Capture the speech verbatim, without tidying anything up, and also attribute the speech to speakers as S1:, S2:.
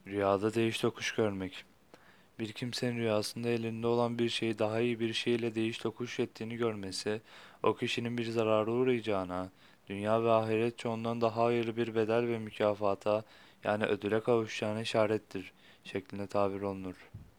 S1: Rüyada değiş tokuş görmek. Bir kimsenin rüyasında elinde olan bir şeyi daha iyi bir şeyle değiş tokuş ettiğini görmesi, o kişinin bir zarara uğrayacağına, dünya ve ahiretçe ondan daha hayırlı bir bedel ve mükafata, yani ödüle kavuşacağına işarettir, şeklinde tabir olunur.